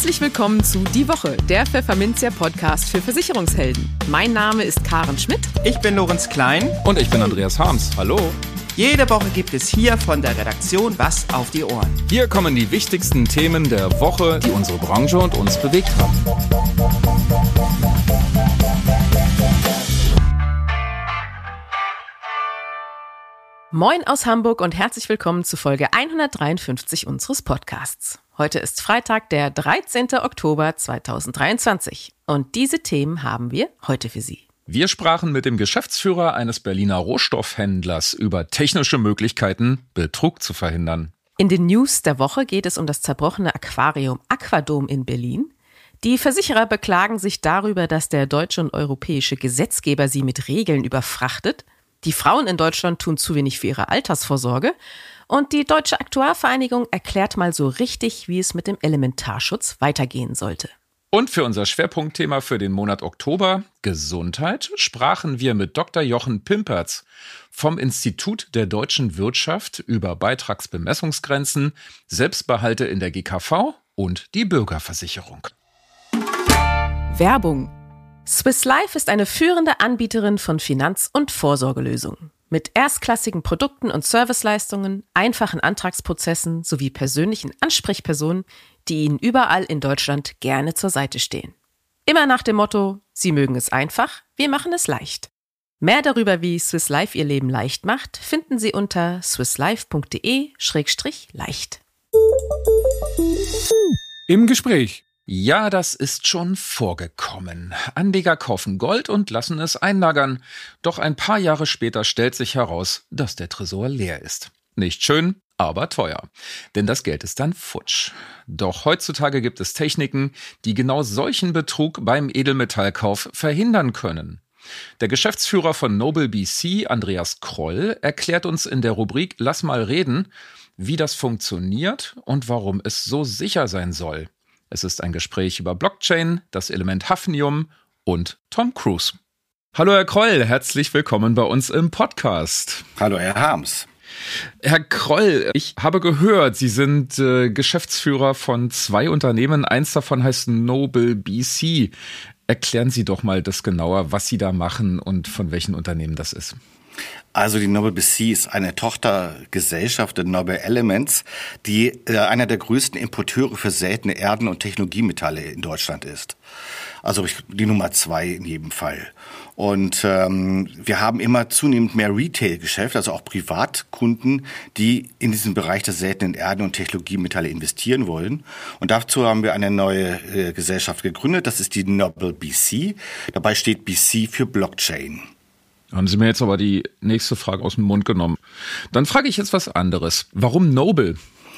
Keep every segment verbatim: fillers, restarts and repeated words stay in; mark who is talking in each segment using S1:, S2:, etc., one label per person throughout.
S1: Herzlich willkommen zu Die Woche, der Pfefferminzia-Podcast für Versicherungshelden. Mein Name ist Karen Schmidt.
S2: Ich bin Lorenz Klein.
S3: Und ich bin Andreas Harms. Hallo.
S2: Jede Woche gibt es hier von der Redaktion was auf die Ohren.
S3: Hier kommen die wichtigsten Themen der Woche, die unsere Branche und uns bewegt haben.
S1: Moin aus Hamburg und herzlich willkommen zu Folge hundertdreiundfünfzig unseres Podcasts. Heute ist Freitag, der dreizehnten Oktober zweitausenddreiundzwanzig. Und diese Themen haben wir heute für Sie.
S3: Wir sprachen mit dem Geschäftsführer eines Berliner Rohstoffhändlers über technische Möglichkeiten, Betrug zu verhindern.
S1: In den News der Woche geht es um das zerbrochene Aquarium Aquadom in Berlin. Die Versicherer beklagen sich darüber, dass der deutsche und europäische Gesetzgeber sie mit Regeln überfrachtet. Die Frauen in Deutschland tun zu wenig für ihre Altersvorsorge. Und die Deutsche Aktuarvereinigung erklärt mal so richtig, wie es mit dem Elementarschutz weitergehen sollte.
S3: Und für unser Schwerpunktthema für den Monat Oktober, Gesundheit, sprachen wir mit Doktor Jochen Pimpertz vom Institut der deutschen Wirtschaft über Beitragsbemessungsgrenzen, Selbstbehalte in der G K V und die Bürgerversicherung.
S1: Werbung. Swiss Life ist eine führende Anbieterin von Finanz- und Vorsorgelösungen. Mit erstklassigen Produkten und Serviceleistungen, einfachen Antragsprozessen sowie persönlichen Ansprechpersonen, die Ihnen überall in Deutschland gerne zur Seite stehen. Immer nach dem Motto, Sie mögen es einfach, wir machen es leicht. Mehr darüber, wie Swiss Life Ihr Leben leicht macht, finden Sie unter swisslife.de schrägstrich leicht.
S3: Im Gespräch. Ja, das ist schon vorgekommen. Anleger kaufen Gold und lassen es einlagern. Doch ein paar Jahre später stellt sich heraus, dass der Tresor leer ist. Nicht schön, aber teuer. Denn das Geld ist dann futsch. Doch heutzutage gibt es Techniken, die genau solchen Betrug beim Edelmetallkauf verhindern können. Der Geschäftsführer von Noble B C, Andreas Kroll, erklärt uns in der Rubrik Lass mal reden, wie das funktioniert und warum es so sicher sein soll. Es ist ein Gespräch über Blockchain, das Element Hafnium und Tom Cruise. Hallo Herr Kroll, herzlich willkommen bei uns im Podcast.
S4: Hallo Herr Harms.
S3: Herr Kroll, ich habe gehört, Sie sind äh, Geschäftsführer von zwei Unternehmen. Eins davon heißt Noble B C. Erklären Sie doch mal das genauer, was Sie da machen und von welchen Unternehmen das ist.
S4: Also die Noble B C ist eine Tochtergesellschaft der Noble Elements, die äh, einer der größten Importeure für seltene Erden und Technologiemetalle in Deutschland ist. Also die Nummer zwei in jedem Fall. Und ähm, wir haben immer zunehmend mehr Retail-Geschäft, also auch Privatkunden, die in diesen Bereich der seltenen Erden und Technologiemetalle investieren wollen. Und dazu haben wir eine neue äh, Gesellschaft gegründet, das ist die Noble B C. Dabei steht B C für Blockchain.
S3: Haben Sie mir jetzt aber die nächste Frage aus dem Mund genommen. Dann frage ich jetzt was anderes. Warum Noble?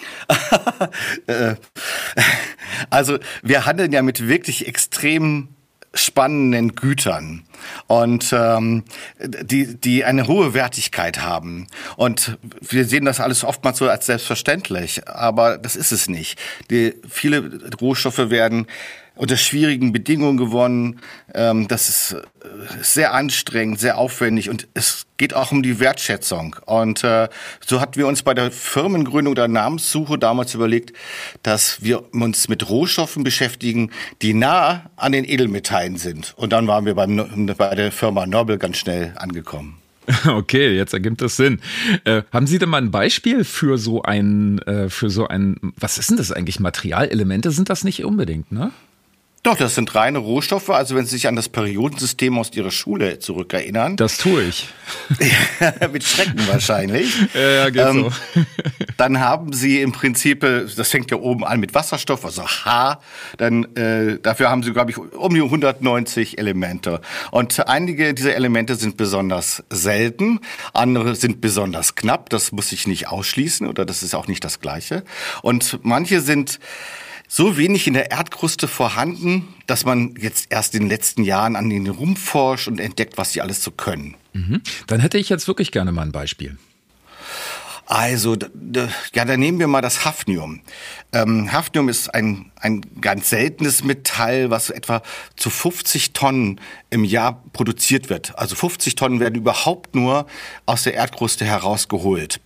S4: Also wir handeln ja mit wirklich extrem spannenden Gütern und ähm, die die eine hohe Wertigkeit haben. Und wir sehen das alles oftmals so als selbstverständlich, aber das ist es nicht. Die, viele Rohstoffe werden unter schwierigen Bedingungen gewonnen. Ähm, das ist sehr anstrengend, sehr aufwendig und es geht auch um die Wertschätzung. Und äh, so hatten wir uns bei der Firmengründung der Namenssuche damals überlegt, dass wir uns mit Rohstoffen beschäftigen, die nah an den Edelmetallen sind. Und dann waren wir beim, bei der Firma Noble ganz schnell angekommen.
S3: Okay, jetzt ergibt das Sinn. Äh, haben Sie denn mal ein Beispiel für so ein, äh, für so ein, was ist denn das eigentlich? Materialelemente sind das nicht unbedingt, ne?
S4: Doch, das sind reine Rohstoffe. Also wenn Sie sich an das Periodensystem aus Ihrer Schule zurückerinnern.
S3: Das tue ich.
S4: Mit Schrecken wahrscheinlich.
S3: Ja, ja, geht ähm, so.
S4: Dann haben Sie im Prinzip, das fängt ja oben an mit Wasserstoff, also H. Dann äh, dafür haben Sie, glaube ich, um die hundertneunzig Elemente. Und einige dieser Elemente sind besonders selten, andere sind besonders knapp. Das muss ich nicht ausschließen oder das ist auch nicht das Gleiche. Und manche sind so wenig in der Erdkruste vorhanden, dass man jetzt erst in den letzten Jahren an ihnen rumforscht und entdeckt, was sie alles so können.
S3: Mhm. Dann hätte ich jetzt wirklich gerne mal ein Beispiel.
S4: Also, ja, dann nehmen wir mal das Hafnium. Ähm, Hafnium ist ein, ein ganz seltenes Metall, was etwa zu fünfzig Tonnen im Jahr produziert wird. Also fünfzig Tonnen werden überhaupt nur aus der Erdkruste herausgeholt.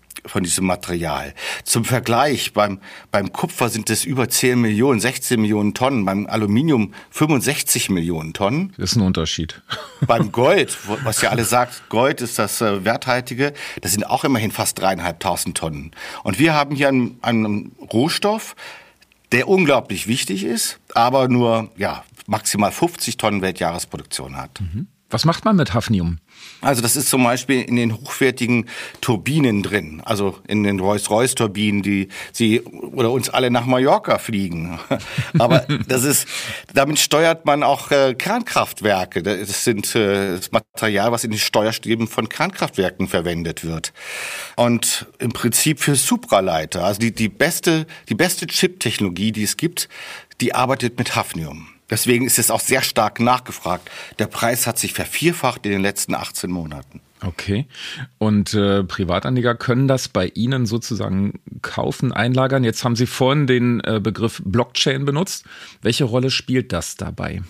S4: von diesem Material. Zum Vergleich, beim, beim Kupfer sind es über zehn Millionen, sechzehn Millionen Tonnen, beim Aluminium fünfundsechzig Millionen Tonnen.
S3: Das ist ein Unterschied.
S4: Beim Gold, was ja alle sagt, Gold ist das äh, Werthaltige, das sind auch immerhin fast dreieinhalbtausend Tonnen. Und wir haben hier einen, einen Rohstoff, der unglaublich wichtig ist, aber nur ja maximal fünfzig Tonnen Weltjahresproduktion hat.
S3: Mhm. Was macht man mit Hafnium?
S4: Also das ist zum Beispiel in den hochwertigen Turbinen drin, also in den Rolls-Royce-Turbinen, die sie oder uns alle nach Mallorca fliegen. Aber das ist, damit steuert man auch äh, Kernkraftwerke. Das sind äh, das Material, was in den Steuerstäben von Kernkraftwerken verwendet wird. Und im Prinzip für Supraleiter, also die die beste die beste Chip-Technologie, die es gibt, die arbeitet mit Hafnium. Deswegen ist es auch sehr stark nachgefragt. Der Preis hat sich vervierfacht in den letzten achtzehn Monaten.
S3: Okay. Und äh, Privatanleger können das bei Ihnen sozusagen kaufen, einlagern. Jetzt haben Sie vorhin den äh, Begriff Blockchain benutzt. Welche Rolle spielt das dabei?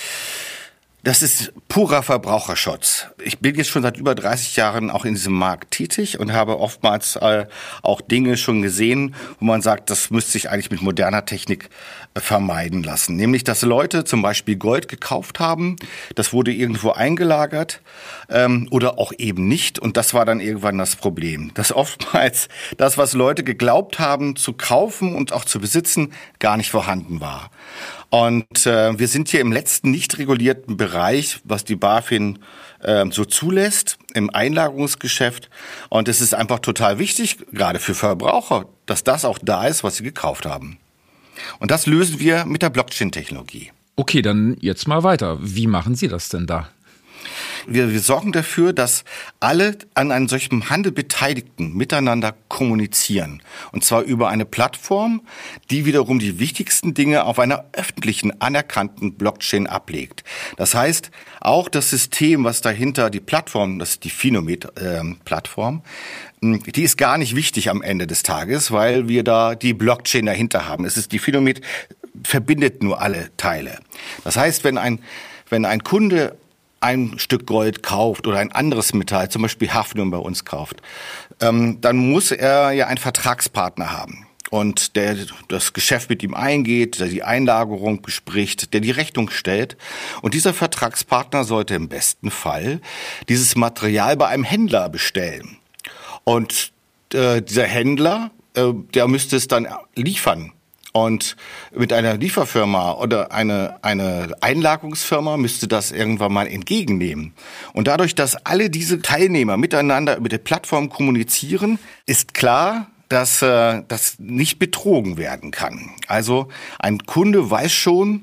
S4: Das ist purer Verbraucherschutz. Ich bin jetzt schon seit über dreißig Jahren auch in diesem Markt tätig und habe oftmals äh, auch Dinge schon gesehen, wo man sagt, das müsste sich eigentlich mit moderner Technik äh, vermeiden lassen. Nämlich, dass Leute zum Beispiel Gold gekauft haben, das wurde irgendwo eingelagert ähm, oder auch eben nicht. Und das war dann irgendwann das Problem. Dass oftmals das, was Leute geglaubt haben zu kaufen und auch zu besitzen, gar nicht vorhanden war. Und äh, wir sind hier im letzten nicht regulierten Bereich, was die BaFin äh, so zulässt, im Einlagerungsgeschäft. Und es ist einfach total wichtig, gerade für Verbraucher, dass das auch da ist, was sie gekauft haben. Und das lösen wir mit der Blockchain-Technologie.
S3: Okay, dann jetzt mal weiter. Wie machen Sie das denn da?
S4: Wir, wir sorgen dafür, dass alle an einem solchen Handel Beteiligten miteinander kommunizieren. Und zwar über eine Plattform, die wiederum die wichtigsten Dinge auf einer öffentlichen, anerkannten Blockchain ablegt. Das heißt, auch das System, was dahinter die Plattform, das ist die Finomet-Plattform, äh, die ist gar nicht wichtig am Ende des Tages, weil wir da die Blockchain dahinter haben. Es ist die Finomet, verbindet nur alle Teile. Das heißt, wenn ein, wenn ein Kunde ein Stück Gold kauft oder ein anderes Metall, zum Beispiel Hafnium bei uns kauft, ähm, dann muss er ja einen Vertragspartner haben. Und der das Geschäft mit ihm eingeht, der die Einlagerung bespricht, der die Rechnung stellt. Und dieser Vertragspartner sollte im besten Fall dieses Material bei einem Händler bestellen. Und äh, dieser Händler, äh, der müsste es dann liefern. Und mit einer Lieferfirma oder eine, eine Einlagerungsfirma müsste das irgendwann mal entgegennehmen. Und dadurch, dass alle diese Teilnehmer miteinander über die Plattform kommunizieren, ist klar, dass äh, das nicht betrogen werden kann. Also ein Kunde weiß schon,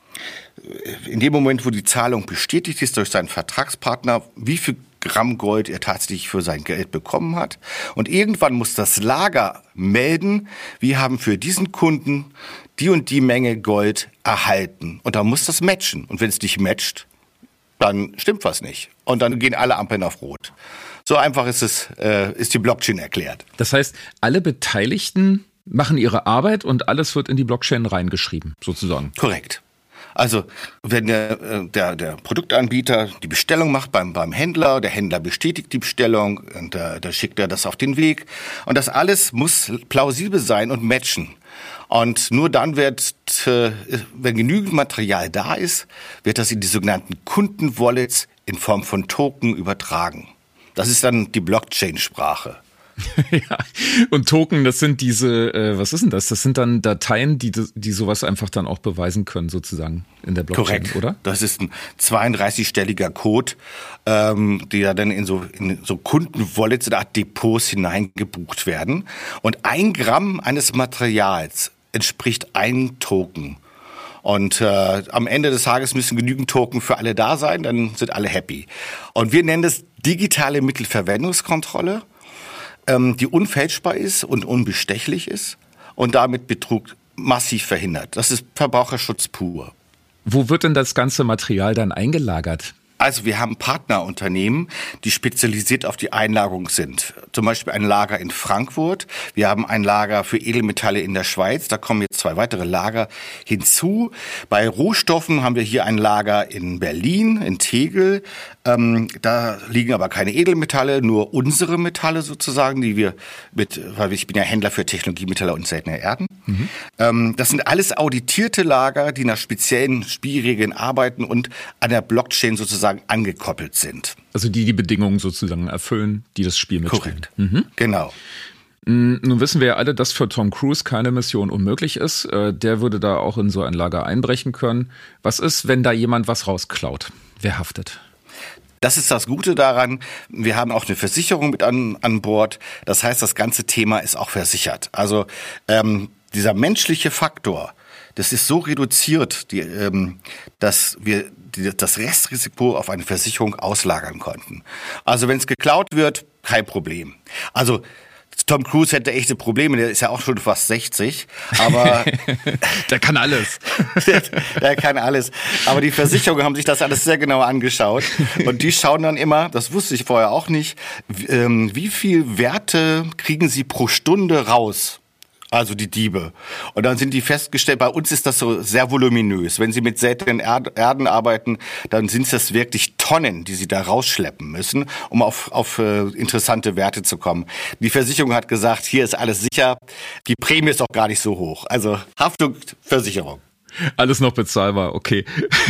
S4: in dem Moment, wo die Zahlung bestätigt ist durch seinen Vertragspartner, wie viel Gramm Gold er tatsächlich für sein Geld bekommen hat. Und irgendwann muss das Lager melden, wir haben für diesen Kunden die und die Menge Gold erhalten. Und dann muss das matchen. Und wenn es nicht matcht, dann stimmt was nicht. Und dann gehen alle Ampeln auf Rot. So einfach ist es, äh, ist die Blockchain erklärt.
S3: Das heißt, alle Beteiligten machen ihre Arbeit und alles wird in die Blockchain reingeschrieben, sozusagen.
S4: Korrekt. Also wenn der, der, der Produktanbieter die Bestellung macht beim, beim Händler, der Händler bestätigt die Bestellung und da, da schickt er das auf den Weg. Und das alles muss plausibel sein und matchen. Und nur dann wird, wenn genügend Material da ist, wird das in die sogenannten Kundenwallets in Form von Token übertragen. Das ist dann die Blockchain-Sprache.
S3: Ja, und Token, das sind diese, äh, was ist denn das? Das sind dann Dateien, die die sowas einfach dann auch beweisen können, sozusagen in der Blockchain,
S4: korrekt,
S3: oder?
S4: Das ist ein zweiunddreißigstelliger Code, ähm, die ja dann in so, in so Kundenwallets, eine Art Depots hineingebucht werden. Und ein Gramm eines Materials entspricht ein Token. Und äh, am Ende des Tages müssen genügend Token für alle da sein, dann sind alle happy. Und wir nennen das digitale Mittelverwendungskontrolle, die unfälschbar ist und unbestechlich ist und damit Betrug massiv verhindert. Das ist Verbraucherschutz pur.
S3: Wo wird denn das ganze Material dann eingelagert?
S4: Also wir haben Partnerunternehmen, die spezialisiert auf die Einlagerung sind. Zum Beispiel ein Lager in Frankfurt. Wir haben ein Lager für Edelmetalle in der Schweiz. Da kommen jetzt zwei weitere Lager hinzu. Bei Rohstoffen haben wir hier ein Lager in Berlin, in Tegel. Ähm, da liegen aber keine Edelmetalle, nur unsere Metalle sozusagen, die wir mit, weil ich bin ja Händler für Technologiemetalle und seltene Erden. Mhm. Ähm, das sind alles auditierte Lager, die nach speziellen Spielregeln arbeiten und an der Blockchain sozusagen angekoppelt sind.
S3: Also die die Bedingungen sozusagen erfüllen, die das Spiel mitspielen.
S4: Korrekt, mhm. Genau.
S3: Nun wissen wir ja alle, dass für Tom Cruise keine Mission unmöglich ist. Der würde da auch in so ein Lager einbrechen können. Was ist, wenn da jemand was rausklaut? Wer haftet?
S4: Das ist das Gute daran. Wir haben auch eine Versicherung mit an, an Bord. Das heißt, das ganze Thema ist auch versichert. Also ähm, dieser menschliche Faktor, das ist so reduziert, die, ähm, dass wir die, das Restrisiko auf eine Versicherung auslagern konnten. Also wenn es geklaut wird, kein Problem. Also Tom Cruise hätte echte Probleme, der ist ja auch schon fast sechzig, aber
S3: der kann alles.
S4: der, der kann alles. Aber die Versicherungen haben sich das alles sehr genau angeschaut und die schauen dann immer, das wusste ich vorher auch nicht, wie viel Werte kriegen sie pro Stunde raus. Also die Diebe. Und dann sind die festgestellt, bei uns ist das so sehr voluminös. Wenn sie mit seltenen Erden arbeiten, dann sind es wirklich Tonnen, die sie da rausschleppen müssen, um auf, auf äh, interessante Werte zu kommen. Die Versicherung hat gesagt, hier ist alles sicher. Die Prämie ist auch gar nicht so hoch. Also Haftung, Versicherung.
S3: Alles noch bezahlbar, okay.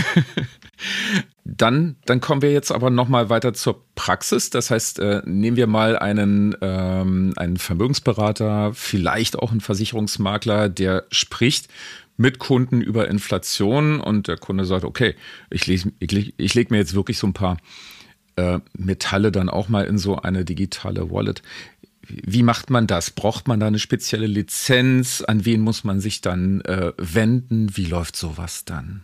S3: Dann, dann kommen wir jetzt aber noch mal weiter zur Praxis. Das heißt, äh, nehmen wir mal einen, ähm, einen Vermögensberater, vielleicht auch einen Versicherungsmakler, der spricht mit Kunden über Inflation und der Kunde sagt, okay, ich lege ich, ich leg mir jetzt wirklich so ein paar äh, Metalle dann auch mal in so eine digitale Wallet. Wie macht man das? Braucht man da eine spezielle Lizenz? An wen muss man sich dann äh, wenden? Wie läuft sowas dann?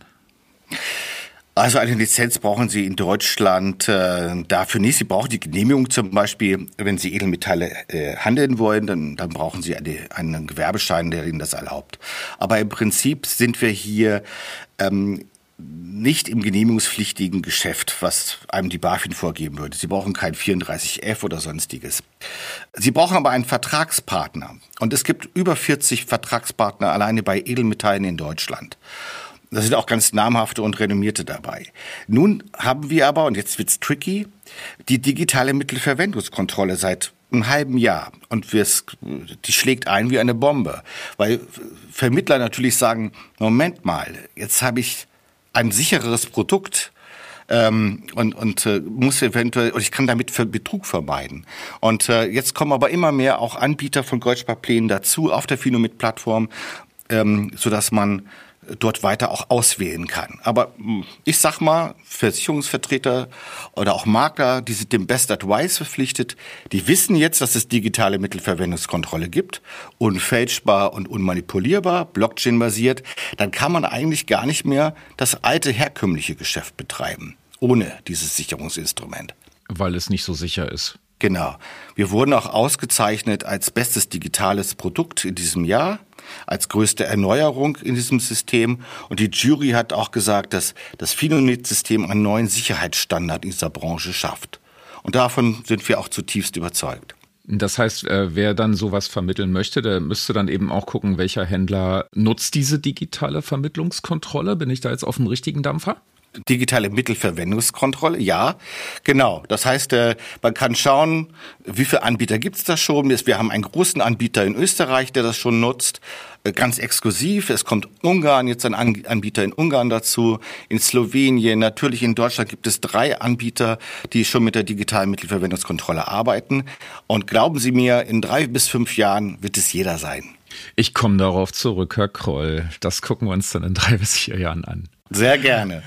S4: Also eine Lizenz brauchen Sie in Deutschland äh, dafür nicht. Sie brauchen die Genehmigung zum Beispiel, wenn Sie Edelmetalle äh, handeln wollen, dann, dann brauchen Sie eine, einen Gewerbeschein, der Ihnen das erlaubt. Aber im Prinzip sind wir hier ähm, nicht im genehmigungspflichtigen Geschäft, was einem die BaFin vorgeben würde. Sie brauchen kein vierunddreißig F oder sonstiges. Sie brauchen aber einen Vertragspartner. Und es gibt über vierzig Vertragspartner alleine bei Edelmetallen in Deutschland. Da sind auch ganz namhafte und renommierte dabei. Nun haben wir aber, und jetzt wird's tricky, die digitale Mittelverwendungskontrolle seit einem halben Jahr. Und wir's, die schlägt ein wie eine Bombe. Weil Vermittler natürlich sagen, Moment mal, jetzt habe ich ein sichereres Produkt ähm, und, und äh, muss eventuell, und ich kann damit für Betrug vermeiden. Und äh, jetzt kommen aber immer mehr auch Anbieter von Goldsparplänen dazu auf der Finomit-Plattform, ähm, sodass man dort weiter auch auswählen kann. Aber ich sag mal, Versicherungsvertreter oder auch Makler, die sind dem Best Advice verpflichtet, die wissen jetzt, dass es digitale Mittelverwendungskontrolle gibt, unfälschbar und unmanipulierbar, Blockchain-basiert, dann kann man eigentlich gar nicht mehr das alte herkömmliche Geschäft betreiben, ohne dieses Sicherungsinstrument.
S3: Weil es nicht so sicher ist.
S4: Genau. Wir wurden auch ausgezeichnet als bestes digitales Produkt in diesem Jahr, als größte Erneuerung in diesem System. Und die Jury hat auch gesagt, dass das Finomit-System einen neuen Sicherheitsstandard in dieser Branche schafft. Und davon sind wir auch zutiefst überzeugt.
S3: Das heißt, wer dann sowas vermitteln möchte, der müsste dann eben auch gucken, welcher Händler nutzt diese digitale Vermittlungskontrolle. Bin ich da jetzt auf dem richtigen Dampfer?
S4: Digitale Mittelverwendungskontrolle, ja, genau. Das heißt, man kann schauen, wie viele Anbieter gibt es da schon. Wir haben einen großen Anbieter in Österreich, der das schon nutzt, ganz exklusiv. Es kommt Ungarn, jetzt ein Anbieter in Ungarn dazu, in Slowenien, natürlich in Deutschland gibt es drei Anbieter, die schon mit der digitalen Mittelverwendungskontrolle arbeiten. Und glauben Sie mir, in drei bis fünf Jahren wird es jeder sein.
S3: Ich komme darauf zurück, Herr Kroll. Das gucken wir uns dann in drei bis vier Jahren an.
S4: Sehr gerne.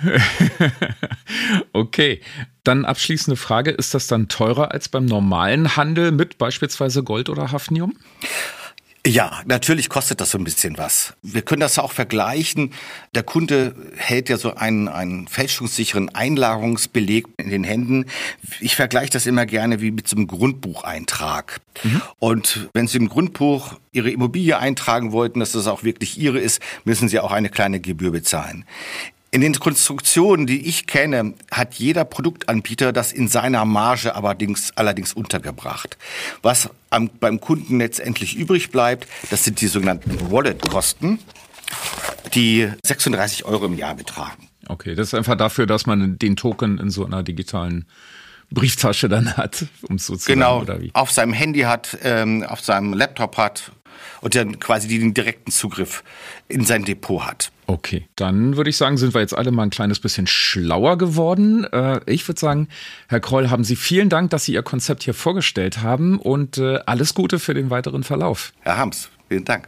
S3: Okay, dann abschließende Frage. Ist das dann teurer als beim normalen Handel mit beispielsweise Gold oder Hafnium?
S4: Ja, natürlich kostet das so ein bisschen was. Wir können das auch vergleichen. Der Kunde hält ja so einen, einen fälschungssicheren Einlagerungsbeleg in den Händen. Ich vergleiche das immer gerne wie mit so einem Grundbucheintrag. Mhm. Und wenn Sie im Grundbuch Ihre Immobilie eintragen wollten, dass das auch wirklich Ihre ist, müssen Sie auch eine kleine Gebühr bezahlen. In den Konstruktionen, die ich kenne, hat jeder Produktanbieter das in seiner Marge allerdings, allerdings untergebracht. Was am, beim Kunden letztendlich übrig bleibt, das sind die sogenannten Wallet-Kosten, die sechsunddreißig Euro im Jahr betragen.
S3: Okay, das ist einfach dafür, dass man den Token in so einer digitalen Brieftasche dann hat, um es so zu
S4: genau,
S3: sagen, oder wie?
S4: Auf seinem Handy hat, ähm, auf seinem Laptop hat und dann quasi den direkten Zugriff in sein Depot hat.
S3: Okay, dann würde ich sagen, sind wir jetzt alle mal ein kleines bisschen schlauer geworden. Äh, ich würde sagen, Herr Kroll, haben Sie vielen Dank, dass Sie Ihr Konzept hier vorgestellt haben und äh, alles Gute für den weiteren Verlauf.
S4: Herr Hams, vielen Dank.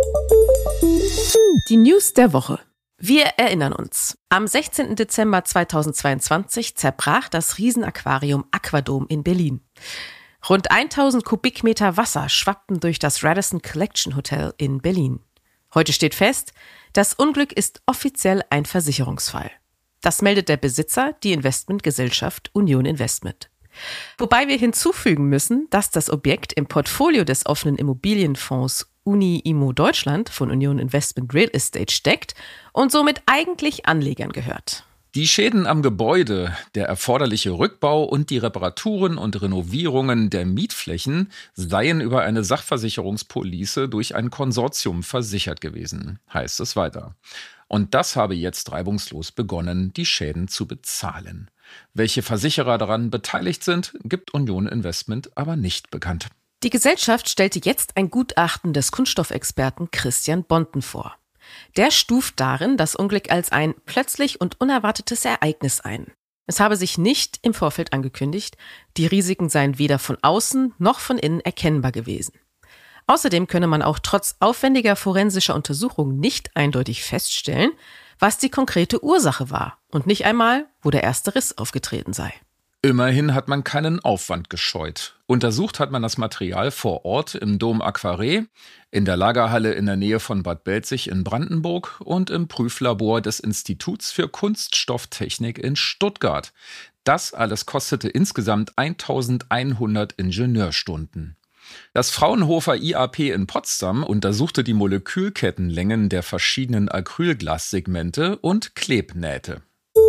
S1: Die News der Woche. Wir erinnern uns. Am sechzehnten Dezember zweitausendzweiundzwanzig zerbrach das Riesenaquarium Aquadom in Berlin. Rund tausend Kubikmeter Wasser schwappten durch das Radisson Collection Hotel in Berlin. Heute steht fest, das Unglück ist offiziell ein Versicherungsfall. Das meldet der Besitzer, die Investmentgesellschaft Union Investment. Wobei wir hinzufügen müssen, dass das Objekt im Portfolio des offenen Immobilienfonds Uni-Immo Deutschland von Union Investment Real Estate steckt und somit eigentlich Anlegern gehört.
S3: Die Schäden am Gebäude, der erforderliche Rückbau und die Reparaturen und Renovierungen der Mietflächen seien über eine Sachversicherungspolice durch ein Konsortium versichert gewesen, heißt es weiter. Und das habe jetzt reibungslos begonnen, die Schäden zu bezahlen. Welche Versicherer daran beteiligt sind, gibt Union Investment aber nicht bekannt.
S1: Die Gesellschaft stellte jetzt ein Gutachten des Kunststoffexperten Christian Bonten vor. Der stuft darin das Unglück als ein plötzlich und unerwartetes Ereignis ein. Es habe sich nicht im Vorfeld angekündigt, die Risiken seien weder von außen noch von innen erkennbar gewesen. Außerdem könne man auch trotz aufwendiger forensischer Untersuchungen nicht eindeutig feststellen, was die konkrete Ursache war und nicht einmal, wo der erste Riss aufgetreten sei.
S3: Immerhin hat man keinen Aufwand gescheut. Untersucht hat man das Material vor Ort im Dom Aquaré, in der Lagerhalle in der Nähe von Bad Belzig in Brandenburg und im Prüflabor des Instituts für Kunststofftechnik in Stuttgart. Das alles kostete insgesamt eintausendeinhundert Ingenieurstunden. Das Fraunhofer I A P in Potsdam untersuchte die Molekülkettenlängen der verschiedenen Acrylglassegmente und Klebnähte.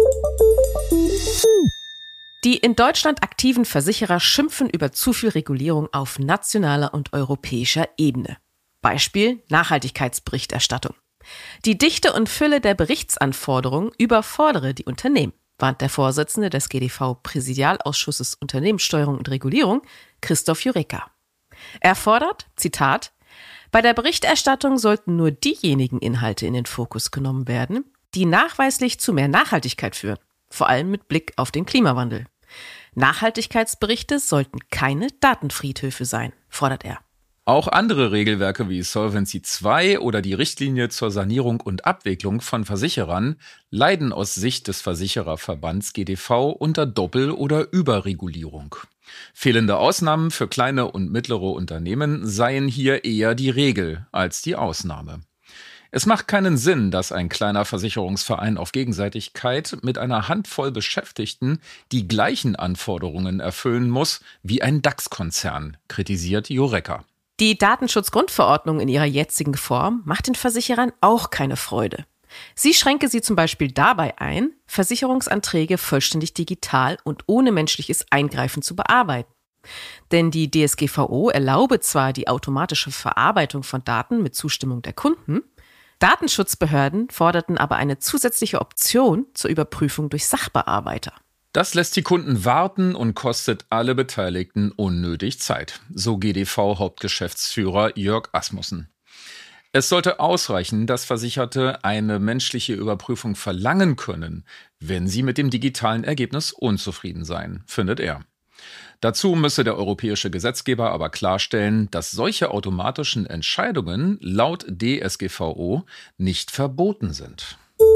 S1: Die in Deutschland aktiven Versicherer schimpfen über zu viel Regulierung auf nationaler und europäischer Ebene. Beispiel Nachhaltigkeitsberichterstattung. Die Dichte und Fülle der Berichtsanforderungen überfordere die Unternehmen, warnt der Vorsitzende des G D V-Präsidialausschusses Unternehmenssteuerung und Regulierung, Christoph Jureka. Er fordert, Zitat, bei der Berichterstattung sollten nur diejenigen Inhalte in den Fokus genommen werden, die nachweislich zu mehr Nachhaltigkeit führen. Vor allem mit Blick auf den Klimawandel. Nachhaltigkeitsberichte sollten keine Datenfriedhöfe sein, fordert er.
S3: Auch andere Regelwerke wie Solvency zwei oder die Richtlinie zur Sanierung und Abwicklung von Versicherern leiden aus Sicht des Versichererverbands G D V unter Doppel- oder Überregulierung. Fehlende Ausnahmen für kleine und mittlere Unternehmen seien hier eher die Regel als die Ausnahme. Es macht keinen Sinn, dass ein kleiner Versicherungsverein auf Gegenseitigkeit mit einer Handvoll Beschäftigten die gleichen Anforderungen erfüllen muss wie ein DAX-Konzern, kritisiert Jureka.
S1: Die Datenschutzgrundverordnung in ihrer jetzigen Form macht den Versicherern auch keine Freude. Sie schränke sie zum Beispiel dabei ein, Versicherungsanträge vollständig digital und ohne menschliches Eingreifen zu bearbeiten. Denn die D S G V O erlaube zwar die automatische Verarbeitung von Daten mit Zustimmung der Kunden, Datenschutzbehörden forderten aber eine zusätzliche Option zur Überprüfung durch Sachbearbeiter.
S3: Das lässt die Kunden warten und kostet alle Beteiligten unnötig Zeit, so G D V-Hauptgeschäftsführer Jörg Asmussen. Es sollte ausreichen, dass Versicherte eine menschliche Überprüfung verlangen können, wenn sie mit dem digitalen Ergebnis unzufrieden seien, findet er. Dazu müsse der europäische Gesetzgeber aber klarstellen, dass solche automatischen Entscheidungen laut D S G V O nicht verboten sind.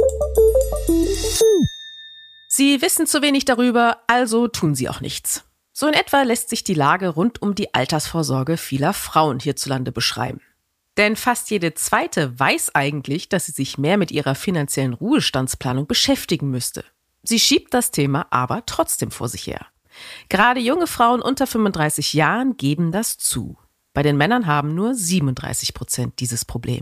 S1: Sie wissen zu wenig darüber, also tun sie auch nichts. So in etwa lässt sich die Lage rund um die Altersvorsorge vieler Frauen hierzulande beschreiben. Denn fast jede zweite weiß eigentlich, dass sie sich mehr mit ihrer finanziellen Ruhestandsplanung beschäftigen müsste. Sie schiebt das Thema aber trotzdem vor sich her. Gerade junge Frauen unter fünfunddreißig Jahren geben das zu. Bei den Männern haben nur siebenunddreißig Prozent dieses Problem.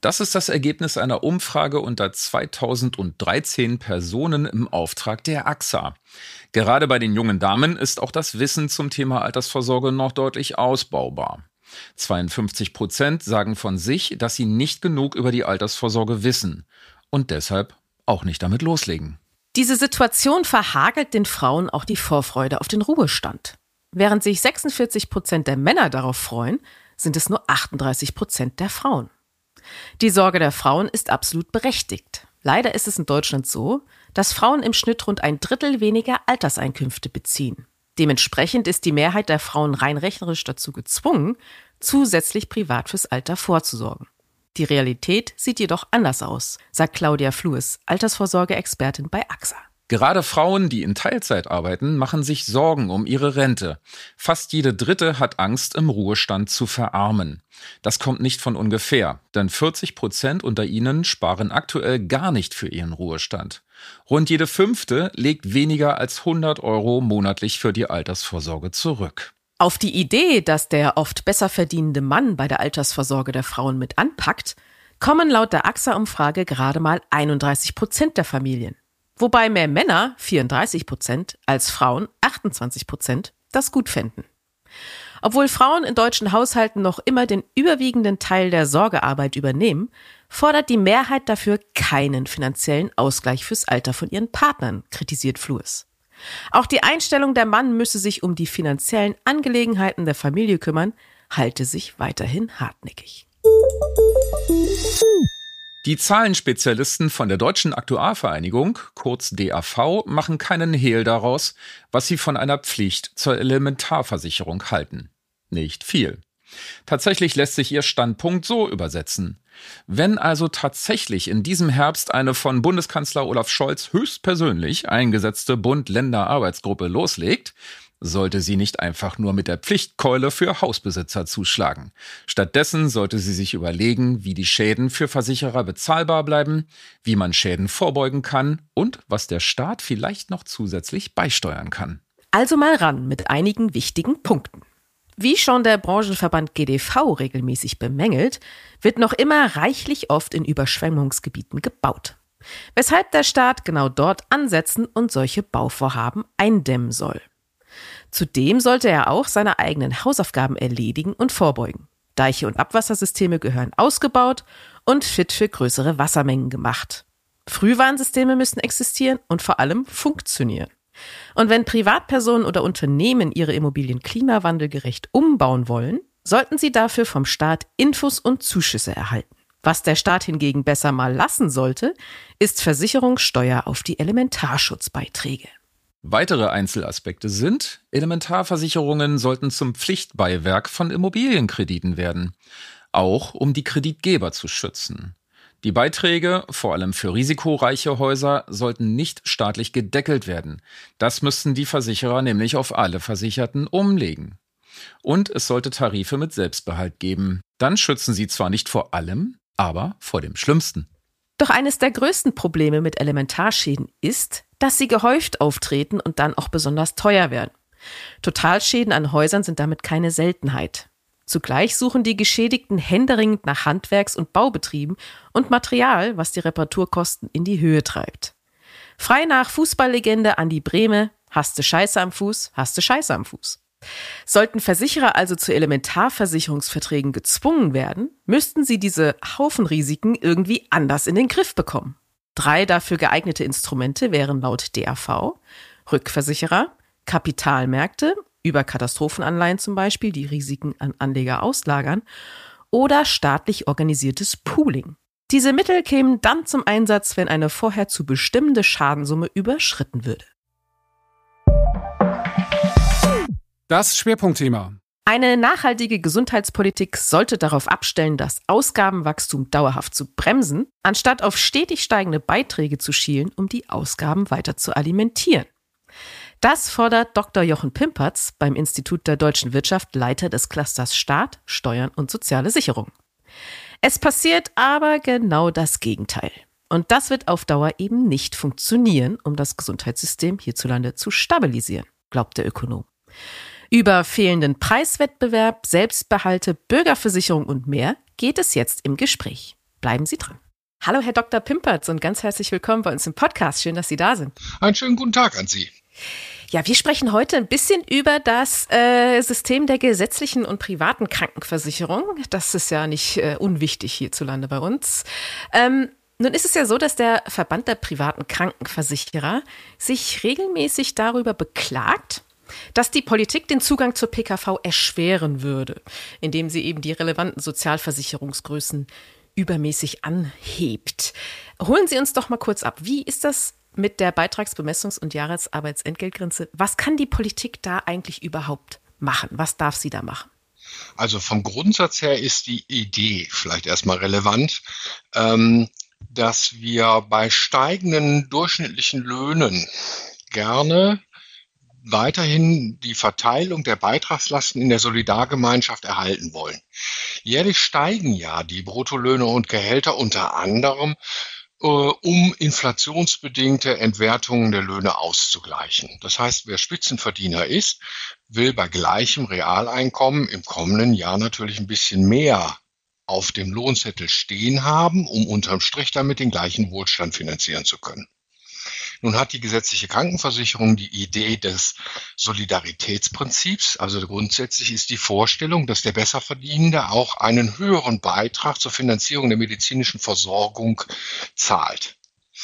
S3: Das ist das Ergebnis einer Umfrage unter zweitausenddreizehn Personen im Auftrag der A X A. Gerade bei den jungen Damen ist auch das Wissen zum Thema Altersvorsorge noch deutlich ausbaubar. zweiundfünfzig Prozent sagen von sich, dass sie nicht genug über die Altersvorsorge wissen und deshalb auch nicht damit loslegen.
S1: Diese Situation verhagelt den Frauen auch die Vorfreude auf den Ruhestand. Während sich sechsundvierzig Prozent der Männer darauf freuen, sind es nur achtunddreißig Prozent der Frauen. Die Sorge der Frauen ist absolut berechtigt. Leider ist es in Deutschland so, dass Frauen im Schnitt rund ein Drittel weniger Alterseinkünfte beziehen. Dementsprechend ist die Mehrheit der Frauen rein rechnerisch dazu gezwungen, zusätzlich privat fürs Alter vorzusorgen. Die Realität sieht jedoch anders aus, sagt Claudia Flues, Altersvorsorge-Expertin bei A X A.
S3: Gerade Frauen, die in Teilzeit arbeiten, machen sich Sorgen um ihre Rente. Fast jede Dritte hat Angst, im Ruhestand zu verarmen. Das kommt nicht von ungefähr, denn vierzig Prozent unter ihnen sparen aktuell gar nicht für ihren Ruhestand. Rund jede Fünfte legt weniger als hundert Euro monatlich für die Altersvorsorge zurück.
S1: Auf die Idee, dass der oft besser verdienende Mann bei der Altersvorsorge der Frauen mit anpackt, kommen laut der A X A-Umfrage gerade mal einunddreißig Prozent der Familien. Wobei mehr Männer, vierunddreißig Prozent, als Frauen, achtundzwanzig Prozent, das gut fänden. Obwohl Frauen in deutschen Haushalten noch immer den überwiegenden Teil der Sorgearbeit übernehmen, fordert die Mehrheit dafür keinen finanziellen Ausgleich fürs Alter von ihren Partnern, kritisiert Flues. Auch die Einstellung, der Mann müsse sich um die finanziellen Angelegenheiten der Familie kümmern, halte sich weiterhin hartnäckig.
S3: Die Zahlenspezialisten von der Deutschen Aktuarvereinigung, kurz D A V, machen keinen Hehl daraus, was sie von einer Pflicht zur Elementarversicherung halten. Nicht viel. Tatsächlich lässt sich ihr Standpunkt so übersetzen. Wenn also tatsächlich in diesem Herbst eine von Bundeskanzler Olaf Scholz höchstpersönlich eingesetzte Bund-Länder-Arbeitsgruppe loslegt, sollte sie nicht einfach nur mit der Pflichtkeule für Hausbesitzer zuschlagen. Stattdessen sollte sie sich überlegen, wie die Schäden für Versicherer bezahlbar bleiben, wie man Schäden vorbeugen kann und was der Staat vielleicht noch zusätzlich beisteuern kann.
S1: Also mal ran mit einigen wichtigen Punkten. Wie schon der Branchenverband G D V regelmäßig bemängelt, wird noch immer reichlich oft in Überschwemmungsgebieten gebaut. Weshalb der Staat genau dort ansetzen und solche Bauvorhaben eindämmen soll. Zudem sollte er auch seine eigenen Hausaufgaben erledigen und vorbeugen. Deiche und Abwassersysteme gehören ausgebaut und fit für größere Wassermengen gemacht. Frühwarnsysteme müssen existieren und vor allem funktionieren. Und wenn Privatpersonen oder Unternehmen ihre Immobilien klimawandelgerecht umbauen wollen, sollten sie dafür vom Staat Infos und Zuschüsse erhalten. Was der Staat hingegen besser mal lassen sollte, ist Versicherungssteuer auf die Elementarschutzbeiträge.
S3: Weitere Einzelaspekte sind, Elementarversicherungen sollten zum Pflichtbeiwerk von Immobilienkrediten werden, auch um die Kreditgeber zu schützen. Die Beiträge, vor allem für risikoreiche Häuser, sollten nicht staatlich gedeckelt werden. Das müssten die Versicherer nämlich auf alle Versicherten umlegen. Und es sollte Tarife mit Selbstbehalt geben. Dann schützen sie zwar nicht vor allem, aber vor dem Schlimmsten.
S1: Doch eines der größten Probleme mit Elementarschäden ist, dass sie gehäuft auftreten und dann auch besonders teuer werden. Totalschäden an Häusern sind damit keine Seltenheit. Zugleich suchen die Geschädigten händeringend nach Handwerks- und Baubetrieben und Material, was die Reparaturkosten in die Höhe treibt. Frei nach Fußballlegende Andi Brehme, hast du Scheiße am Fuß, hast du Scheiße am Fuß. Sollten Versicherer also zu Elementarversicherungsverträgen gezwungen werden, müssten sie diese Haufenrisiken irgendwie anders in den Griff bekommen. Drei dafür geeignete Instrumente wären laut D A V Rückversicherer, Kapitalmärkte, über Katastrophenanleihen zum Beispiel, die Risiken an Anleger auslagern, oder staatlich organisiertes Pooling. Diese Mittel kämen dann zum Einsatz, wenn eine vorher zu bestimmende Schadensumme überschritten würde.
S5: Das Schwerpunktthema.
S1: Eine nachhaltige Gesundheitspolitik sollte darauf abstellen, das Ausgabenwachstum dauerhaft zu bremsen, anstatt auf stetig steigende Beiträge zu schielen, um die Ausgaben weiter zu alimentieren. Das fordert Doktor Jochen Pimpertz beim Institut der Deutschen Wirtschaft, Leiter des Clusters Staat, Steuern und soziale Sicherung. Es passiert aber genau das Gegenteil. Und das wird auf Dauer eben nicht funktionieren, um das Gesundheitssystem hierzulande zu stabilisieren, glaubt der Ökonom. Über fehlenden Preiswettbewerb, Selbstbehalte, Bürgerversicherung und mehr geht es jetzt im Gespräch. Bleiben Sie dran. Hallo Herr Doktor Pimpertz und ganz herzlich willkommen bei uns im Podcast. Schön, dass Sie da sind.
S6: Einen schönen guten Tag an Sie.
S1: Ja, wir sprechen heute ein bisschen über das äh, System der gesetzlichen und privaten Krankenversicherung. Das ist ja nicht äh, unwichtig hierzulande bei uns. Ähm, nun ist es ja so, dass der Verband der privaten Krankenversicherer sich regelmäßig darüber beklagt, dass die Politik den Zugang zur P K V erschweren würde, indem sie eben die relevanten Sozialversicherungsgrößen übermäßig anhebt. Holen Sie uns doch mal kurz ab. Wie ist das mit der Beitragsbemessungs- und Jahresarbeitsentgeltgrenze? Was kann die Politik da eigentlich überhaupt machen? Was darf sie da machen?
S6: Also vom Grundsatz her ist die Idee vielleicht erstmal relevant, ähm, dass wir bei steigenden durchschnittlichen Löhnen gerne weiterhin die Verteilung der Beitragslasten in der Solidargemeinschaft erhalten wollen. Jährlich steigen ja die Bruttolöhne und Gehälter unter anderem, um inflationsbedingte Entwertungen der Löhne auszugleichen. Das heißt, wer Spitzenverdiener ist, will bei gleichem Realeinkommen im kommenden Jahr natürlich ein bisschen mehr auf dem Lohnzettel stehen haben, um unterm Strich damit den gleichen Wohlstand finanzieren zu können. Nun hat die gesetzliche Krankenversicherung die Idee des Solidaritätsprinzips. Also grundsätzlich ist die Vorstellung, dass der Besserverdienende auch einen höheren Beitrag zur Finanzierung der medizinischen Versorgung zahlt.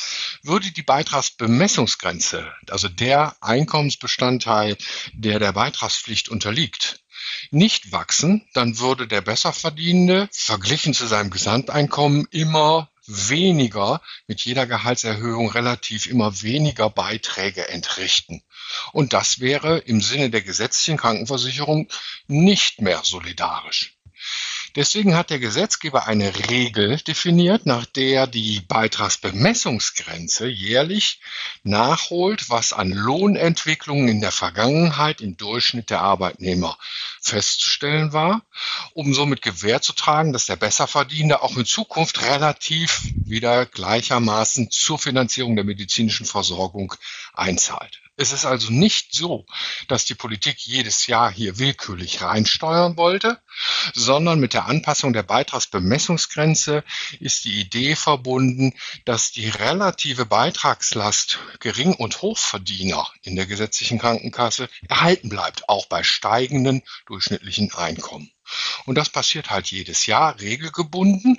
S6: Würde die Beitragsbemessungsgrenze, also der Einkommensbestandteil, der der Beitragspflicht unterliegt, nicht wachsen, dann würde der Besserverdienende verglichen zu seinem Gesamteinkommen immer weniger, mit jeder Gehaltserhöhung relativ immer weniger Beiträge entrichten. Und das wäre im Sinne der gesetzlichen Krankenversicherung nicht mehr solidarisch. Deswegen hat der Gesetzgeber eine Regel definiert, nach der die Beitragsbemessungsgrenze jährlich nachholt, was an Lohnentwicklungen in der Vergangenheit im Durchschnitt der Arbeitnehmer festzustellen war, um somit Gewähr zu tragen, dass der Besserverdienende auch in Zukunft relativ wieder gleichermaßen zur Finanzierung der medizinischen Versorgung einzahlt. Es ist also nicht so, dass die Politik jedes Jahr hier willkürlich reinsteuern wollte, sondern mit der Anpassung der Beitragsbemessungsgrenze ist die Idee verbunden, dass die relative Beitragslast Gering- und Hochverdiener in der gesetzlichen Krankenkasse erhalten bleibt, auch bei steigenden durchschnittlichen Einkommen. Und das passiert halt jedes Jahr regelgebunden.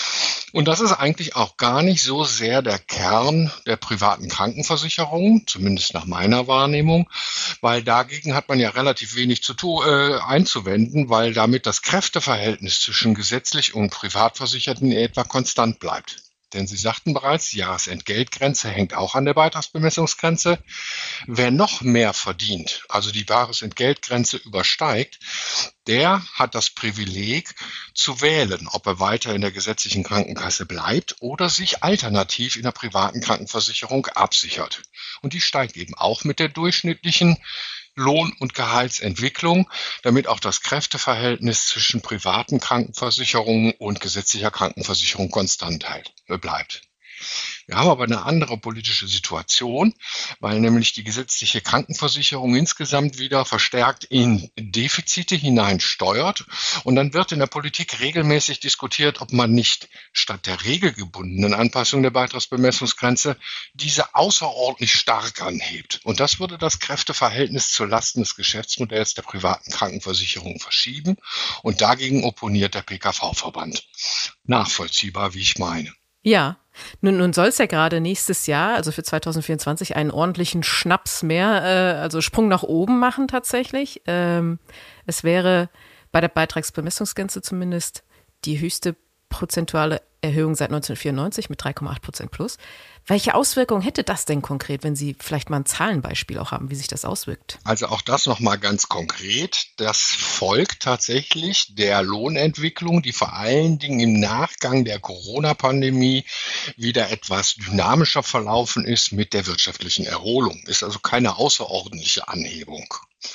S6: Und das ist eigentlich auch gar nicht so sehr der Kern der privaten Krankenversicherung, zumindest nach meiner Wahrnehmung, weil dagegen hat man ja relativ wenig zu tun, äh, einzuwenden, weil damit das Kräfteverhältnis zwischen gesetzlich und Privatversicherten in etwa konstant bleibt. Denn Sie sagten bereits, die Jahresentgeltgrenze hängt auch an der Beitragsbemessungsgrenze. Wer noch mehr verdient, also die Jahresentgeltgrenze übersteigt, der hat das Privileg zu wählen, ob er weiter in der gesetzlichen Krankenkasse bleibt oder sich alternativ in der privaten Krankenversicherung absichert. Und die steigt eben auch mit der durchschnittlichen Lohn- und Gehaltsentwicklung, damit auch das Kräfteverhältnis zwischen privaten Krankenversicherungen und gesetzlicher Krankenversicherung konstant bleibt. Wir haben aber eine andere politische Situation, weil nämlich die gesetzliche Krankenversicherung insgesamt wieder verstärkt in Defizite hineinsteuert. Und dann wird in der Politik regelmäßig diskutiert, ob man nicht statt der regelgebundenen Anpassung der Beitragsbemessungsgrenze diese außerordentlich stark anhebt. Und das würde das Kräfteverhältnis zulasten des Geschäftsmodells der privaten Krankenversicherung verschieben. Und dagegen opponiert der P K V-Verband. Nachvollziehbar, wie ich meine.
S1: Ja, nun, nun soll es ja gerade nächstes Jahr, also für zwanzig vierundzwanzig, einen ordentlichen Schnaps mehr, äh, also Sprung nach oben machen tatsächlich. Ähm, es wäre bei der Beitragsbemessungsgrenze zumindest die höchste prozentuale Erhöhung seit neunzehnhundertvierundneunzig mit drei Komma acht Prozent plus. Welche Auswirkungen hätte das denn konkret, wenn Sie vielleicht mal ein Zahlenbeispiel auch haben, wie sich das auswirkt?
S6: Also auch das nochmal ganz konkret. Das folgt tatsächlich der Lohnentwicklung, die vor allen Dingen im Nachgang der Corona-Pandemie wieder etwas dynamischer verlaufen ist mit der wirtschaftlichen Erholung. Ist also keine außerordentliche Anhebung.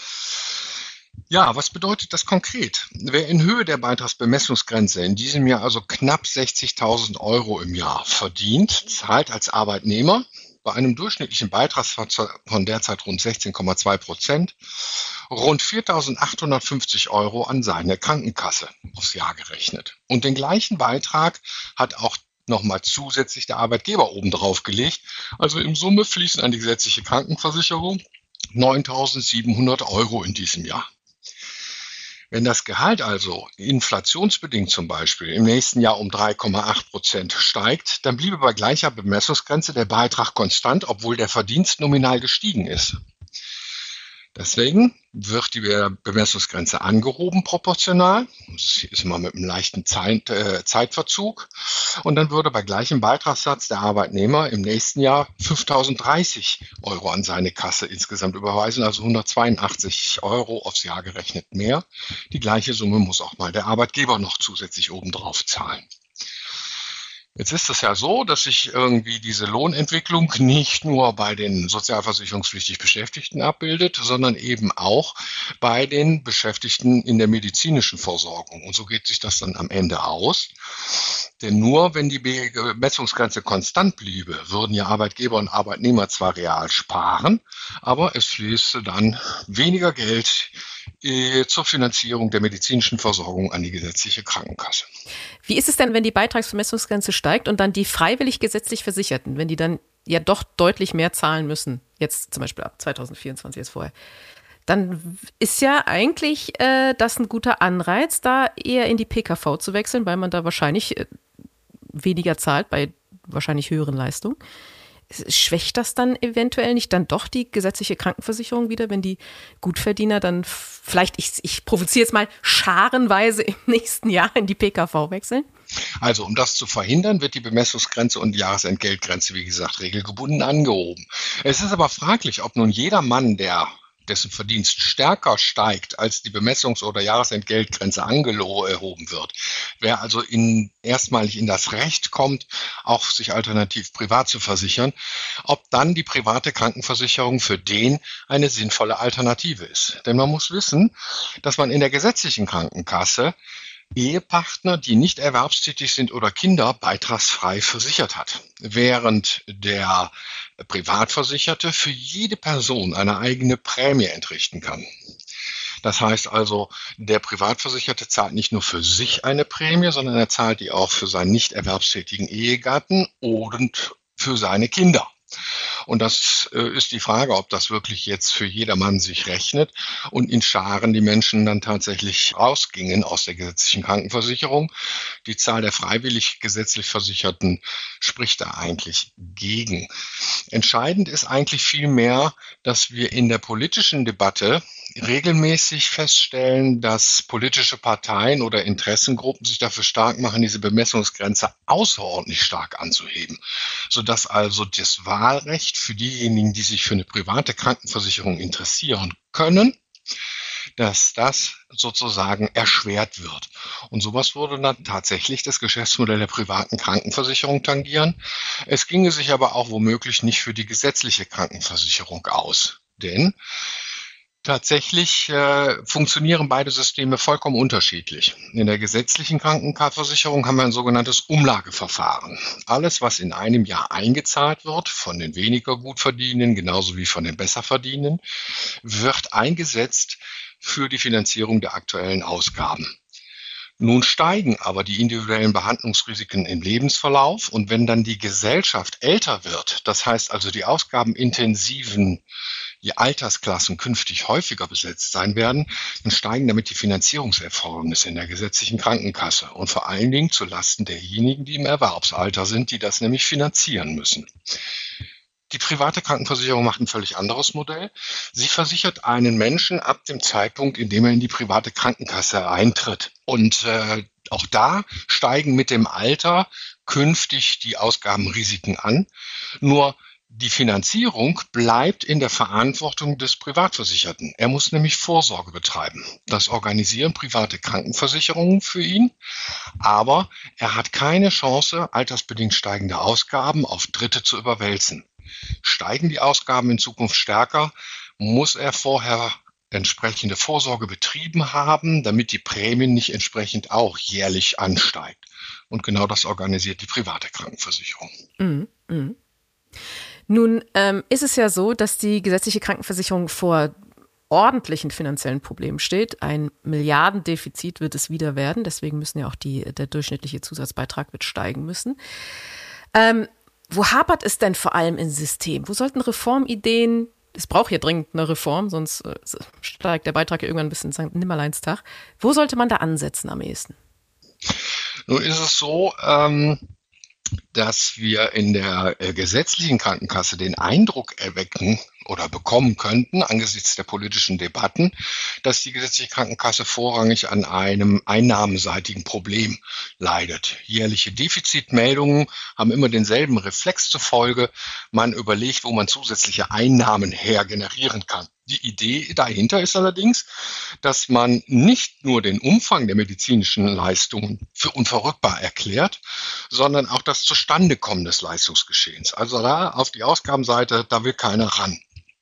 S6: Ja, was bedeutet das konkret? Wer in Höhe der Beitragsbemessungsgrenze in diesem Jahr also knapp sechzigtausend Euro im Jahr verdient, zahlt als Arbeitnehmer bei einem durchschnittlichen Beitragssatz von derzeit rund sechzehn Komma zwei Prozent rund viertausendachthundertfünfzig Euro an seine Krankenkasse aufs Jahr gerechnet. Und den gleichen Beitrag hat auch nochmal zusätzlich der Arbeitgeber obendrauf gelegt. Also in Summe fließen an die gesetzliche Krankenversicherung neuntausendsiebenhundert Euro in diesem Jahr. Wenn das Gehalt also inflationsbedingt zum Beispiel im nächsten Jahr um drei Komma acht Prozent steigt, dann bliebe bei gleicher Bemessungsgrenze der Beitrag konstant, obwohl der Verdienst nominal gestiegen ist. Deswegen wird die Bemessungsgrenze angehoben proportional. Das ist immer mit einem leichten Zeit, äh, Zeitverzug. Und dann würde bei gleichem Beitragssatz der Arbeitnehmer im nächsten Jahr fünftausenddreißig Euro an seine Kasse insgesamt überweisen, also hundertzweiundachtzig Euro aufs Jahr gerechnet mehr. Die gleiche Summe muss auch mal der Arbeitgeber noch zusätzlich obendrauf zahlen. Jetzt ist es ja so, dass sich irgendwie diese Lohnentwicklung nicht nur bei den sozialversicherungspflichtig Beschäftigten abbildet, sondern eben auch bei den Beschäftigten in der medizinischen Versorgung. Und so geht sich das dann am Ende aus. Denn nur wenn die Bemessungsgrenze konstant bliebe, würden ja Arbeitgeber und Arbeitnehmer zwar real sparen, aber es fließe dann weniger Geld äh, zur Finanzierung der medizinischen Versorgung an die gesetzliche Krankenkasse.
S1: Wie ist es denn, wenn die Beitragsbemessungsgrenze steigt und dann die freiwillig gesetzlich Versicherten, wenn die dann ja doch deutlich mehr zahlen müssen, jetzt zum Beispiel ab zweitausendvierundzwanzig jetzt vorher, dann ist ja eigentlich äh, das ein guter Anreiz, da eher in die P K V zu wechseln, weil man da wahrscheinlich äh, weniger zahlt bei wahrscheinlich höheren Leistungen. Schwächt das dann eventuell nicht dann doch die gesetzliche Krankenversicherung wieder, wenn die Gutverdiener dann vielleicht, ich, ich provoziere jetzt mal, scharenweise im nächsten Jahr in die P K V wechseln?
S6: Also um das zu verhindern, wird die Bemessungsgrenze und die Jahresentgeltgrenze, wie gesagt, regelgebunden angehoben. Es ist aber fraglich, ob nun jeder Mann, der dessen Verdienst stärker steigt, als die Bemessungs- oder Jahresentgeltgrenze angehoben wird. Wer also in, erstmalig in das Recht kommt, auch sich alternativ privat zu versichern, ob dann die private Krankenversicherung für den eine sinnvolle Alternative ist. Denn man muss wissen, dass man in der gesetzlichen Krankenkasse Ehepartner, die nicht erwerbstätig sind oder Kinder beitragsfrei versichert hat, während der Privatversicherte für jede Person eine eigene Prämie entrichten kann. Das heißt also, der Privatversicherte zahlt nicht nur für sich eine Prämie, sondern er zahlt die auch für seinen nicht erwerbstätigen Ehegatten und für seine Kinder. Und das äh, ist die Frage, ob das wirklich jetzt für jedermann sich rechnet und in Scharen die Menschen dann tatsächlich rausgingen aus der gesetzlichen Krankenversicherung. Die Zahl der freiwillig gesetzlich Versicherten spricht da eigentlich gegen. Entscheidend ist eigentlich vielmehr, dass wir in der politischen Debatte regelmäßig feststellen, dass politische Parteien oder Interessengruppen sich dafür stark machen, diese Bemessungsgrenze außerordentlich stark anzuheben, sodass also das Wahlrecht für diejenigen, die sich für eine private Krankenversicherung interessieren können, dass das sozusagen erschwert wird. Und sowas würde dann tatsächlich das Geschäftsmodell der privaten Krankenversicherung tangieren. Es ginge sich aber auch womöglich nicht für die gesetzliche Krankenversicherung aus. Denn tatsächlich äh, funktionieren beide Systeme vollkommen unterschiedlich. In der gesetzlichen Krankenversicherung haben wir ein sogenanntes Umlageverfahren. Alles, was in einem Jahr eingezahlt wird, von den weniger gut verdienenden, genauso wie von den besser verdienenden, wird eingesetzt für die Finanzierung der aktuellen Ausgaben. Nun steigen aber die individuellen Behandlungsrisiken im Lebensverlauf und wenn dann die Gesellschaft älter wird, das heißt also die ausgabenintensiven die Altersklassen künftig häufiger besetzt sein werden, dann steigen damit die Finanzierungserfordernisse in der gesetzlichen Krankenkasse und vor allen Dingen zu Lasten derjenigen, die im Erwerbsalter sind, die das nämlich finanzieren müssen. Die private Krankenversicherung macht ein völlig anderes Modell. Sie versichert einen Menschen ab dem Zeitpunkt, in dem er in die private Krankenkasse eintritt. Und äh, auch da steigen mit dem Alter künftig die Ausgabenrisiken an. Nur die Finanzierung bleibt in der Verantwortung des Privatversicherten. Er muss nämlich Vorsorge betreiben. Das organisieren private Krankenversicherungen für ihn, aber er hat keine Chance, altersbedingt steigende Ausgaben auf Dritte zu überwälzen. Steigen die Ausgaben in Zukunft stärker, muss er vorher entsprechende Vorsorge betrieben haben, damit die Prämie nicht entsprechend auch jährlich ansteigt. Und genau das organisiert die private Krankenversicherung.
S1: Mhm, mh. Nun ähm, ist es ja so, dass die gesetzliche Krankenversicherung vor ordentlichen finanziellen Problemen steht. Ein Milliardendefizit wird es wieder werden. Deswegen müssen ja auch die, der durchschnittliche Zusatzbeitrag wird steigen müssen. Ähm, wo hapert es denn vor allem im System? Wo sollten Reformideen, es braucht hier dringend eine Reform, sonst äh, steigt der Beitrag ja irgendwann bis in Sankt Nimmerleinstag. Wo sollte man da ansetzen am ehesten?
S6: Nun ist es so, ähm, dass wir in der äh, gesetzlichen Krankenkasse den Eindruck erwecken oder bekommen könnten, angesichts der politischen Debatten, dass die gesetzliche Krankenkasse vorrangig an einem einnahmenseitigen Problem leidet. Jährliche Defizitmeldungen haben immer denselben Reflex zur Folge. Man überlegt, wo man zusätzliche Einnahmen her generieren kann. Die Idee dahinter ist allerdings, dass man nicht nur den Umfang der medizinischen Leistungen für unverrückbar erklärt, sondern auch das Zustandekommen des Leistungsgeschehens. Also da auf die Ausgabenseite, da will keiner ran.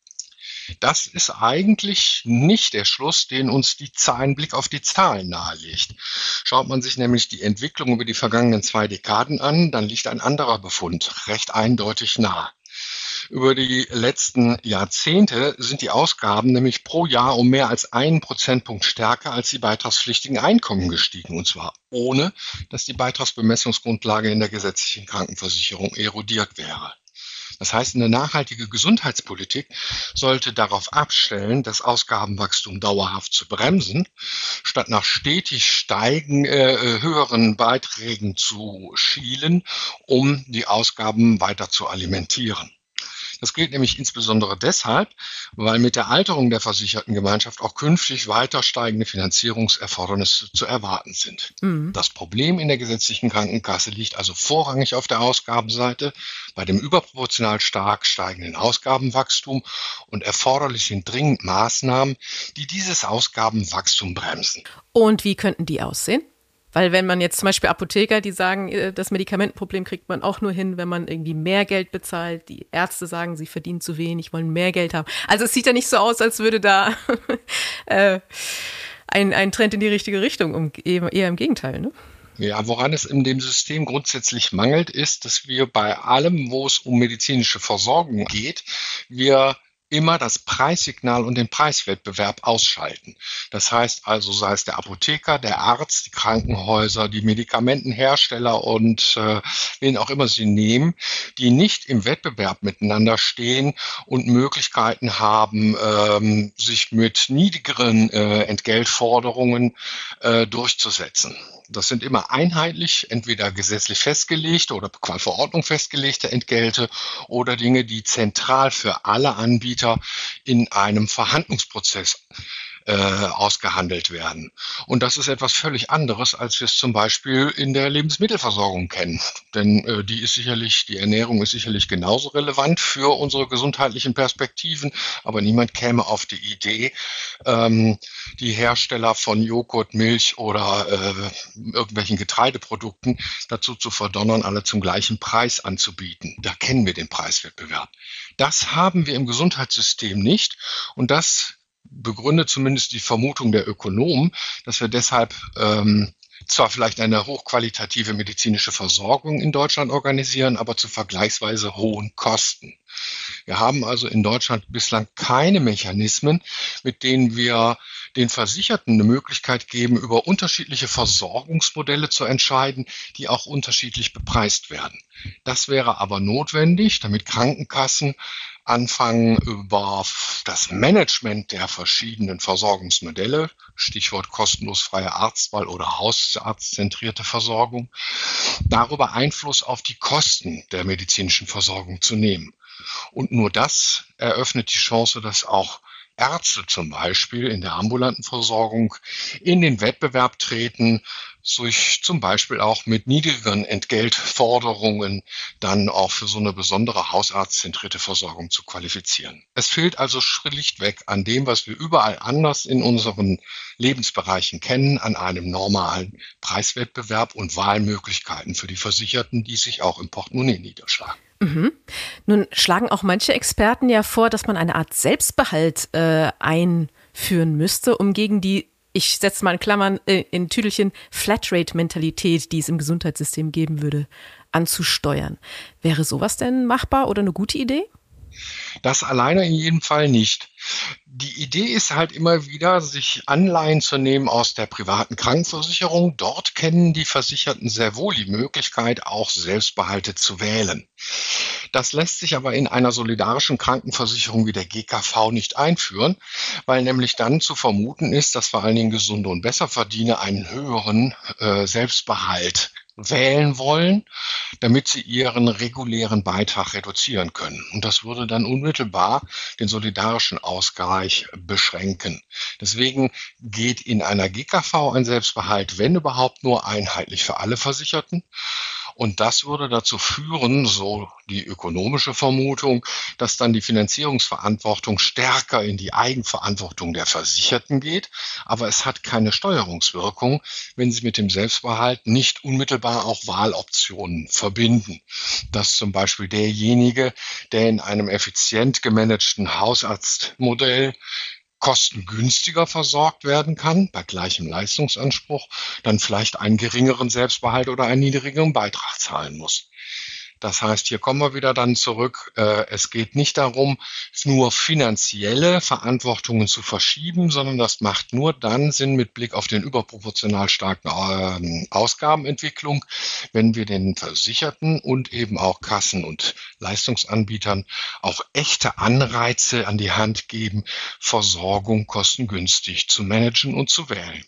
S6: Das ist eigentlich nicht der Schluss, den uns die Zahlen, Blick auf die Zahlen nahelegt. Schaut man sich nämlich die Entwicklung über die vergangenen zwei Dekaden an, dann liegt ein anderer Befund recht eindeutig nahe. Über die letzten Jahrzehnte sind die Ausgaben nämlich pro Jahr um mehr als einen Prozentpunkt stärker als die beitragspflichtigen Einkommen gestiegen, und zwar ohne, dass die Beitragsbemessungsgrundlage in der gesetzlichen Krankenversicherung erodiert wäre. Das heißt, eine nachhaltige Gesundheitspolitik sollte darauf abstellen, das Ausgabenwachstum dauerhaft zu bremsen, statt nach stetig steigen, äh, höheren Beiträgen zu schielen, um die Ausgaben weiter zu alimentieren. Das gilt nämlich insbesondere deshalb, weil mit der Alterung der Versichertengemeinschaft auch künftig weiter steigende Finanzierungserfordernisse zu erwarten sind. Mhm. Das Problem in der gesetzlichen Krankenkasse liegt also vorrangig auf der Ausgabenseite, bei dem überproportional stark steigenden Ausgabenwachstum, und erforderlich sind dringend Maßnahmen, die dieses Ausgabenwachstum bremsen.
S1: Und wie könnten die aussehen? Weil wenn man jetzt zum Beispiel Apotheker, die sagen, das Medikamentenproblem kriegt man auch nur hin, wenn man irgendwie mehr Geld bezahlt. Die Ärzte sagen, sie verdienen zu wenig, wollen mehr Geld haben. Also es sieht ja nicht so aus, als würde da äh, ein, ein Trend in die richtige Richtung, um, eher im Gegenteil, ne?
S6: Ja, woran es in dem System grundsätzlich mangelt, ist, dass wir bei allem, wo es um medizinische Versorgung geht, wir immer das Preissignal und den Preiswettbewerb ausschalten. Das heißt also, sei es der Apotheker, der Arzt, die Krankenhäuser, die Medikamentenhersteller und äh, wen auch immer sie nehmen, die nicht im Wettbewerb miteinander stehen und Möglichkeiten haben, ähm, sich mit niedrigeren äh, Entgeltforderungen äh, durchzusetzen. Das sind immer einheitlich, entweder gesetzlich festgelegte oder qua Verordnung festgelegte Entgelte oder Dinge, die zentral für alle Anbieter in einem Verhandlungsprozess äh, ausgehandelt werden. Und das ist etwas völlig anderes, als wir es zum Beispiel in der Lebensmittelversorgung kennen. Denn äh, die ist sicherlich, die Ernährung ist sicherlich genauso relevant für unsere gesundheitlichen Perspektiven, aber niemand käme auf die Idee, ähm, die Hersteller von Joghurt, Milch oder äh, irgendwelchen Getreideprodukten dazu zu verdonnern, alle zum gleichen Preis anzubieten. Da kennen wir den Preiswettbewerb. Das haben wir im Gesundheitssystem nicht, und das begründet zumindest die Vermutung der Ökonomen, dass wir deshalb ähm, zwar vielleicht eine hochqualitative medizinische Versorgung in Deutschland organisieren, aber zu vergleichsweise hohen Kosten. Wir haben also in Deutschland bislang keine Mechanismen, mit denen wir den Versicherten eine Möglichkeit geben, über unterschiedliche Versorgungsmodelle zu entscheiden, die auch unterschiedlich bepreist werden. Das wäre aber notwendig, damit Krankenkassen anfangen, über das Management der verschiedenen Versorgungsmodelle, Stichwort kostenlos freie Arztwahl oder hausarztzentrierte Versorgung, darüber Einfluss auf die Kosten der medizinischen Versorgung zu nehmen. Und nur das eröffnet die Chance, dass auch Ärzte zum Beispiel in der ambulanten Versorgung in den Wettbewerb treten, sich zum Beispiel auch mit niedrigeren Entgeltforderungen dann auch für so eine besondere hausarztzentrierte Versorgung zu qualifizieren. Es fehlt also schlichtweg an dem, was wir überall anders in unseren Lebensbereichen kennen, an einem normalen Preiswettbewerb und Wahlmöglichkeiten für die Versicherten, die sich auch im Portemonnaie niederschlagen.
S1: Mhm. Nun schlagen auch manche Experten ja vor, dass man eine Art Selbstbehalt äh, einführen müsste, um gegen die, ich setze mal in Klammern, äh, in Tüdelchen, Flatrate-Mentalität, die es im Gesundheitssystem geben würde, anzusteuern. Wäre sowas denn machbar oder eine gute Idee?
S6: Das alleine in jedem Fall nicht. Die Idee ist halt immer wieder, sich Anleihen zu nehmen aus der privaten Krankenversicherung. Dort kennen die Versicherten sehr wohl die Möglichkeit, auch Selbstbehalte zu wählen. Das lässt sich aber in einer solidarischen Krankenversicherung wie der G K V nicht einführen, weil nämlich dann zu vermuten ist, dass vor allen Dingen Gesunde und Besserverdiener einen höheren äh, Selbstbehalt wählen wollen, damit sie ihren regulären Beitrag reduzieren können. Und das würde dann unmittelbar den solidarischen Ausgleich beschränken. Deswegen geht in einer G K V ein Selbstbehalt, wenn überhaupt, nur einheitlich für alle Versicherten. Und das würde dazu führen, so die ökonomische Vermutung, dass dann die Finanzierungsverantwortung stärker in die Eigenverantwortung der Versicherten geht. Aber es hat keine Steuerungswirkung, wenn sie mit dem Selbstbehalt nicht unmittelbar auch Wahloptionen verbinden. Dass zum Beispiel derjenige, der in einem effizient gemanagten Hausarztmodell kostengünstiger versorgt werden kann, bei gleichem Leistungsanspruch, dann vielleicht einen geringeren Selbstbehalt oder einen niedrigeren Beitrag zahlen muss. Das heißt, hier kommen wir wieder dann zurück. Äh, es geht nicht darum, nur finanzielle Verantwortungen zu verschieben, sondern das macht nur dann Sinn mit Blick auf den überproportional starken äh, Ausgabenentwicklung, wenn wir den Versicherten und eben auch Kassen und Leistungsanbietern auch echte Anreize an die Hand geben, Versorgung kostengünstig zu managen und zu wählen.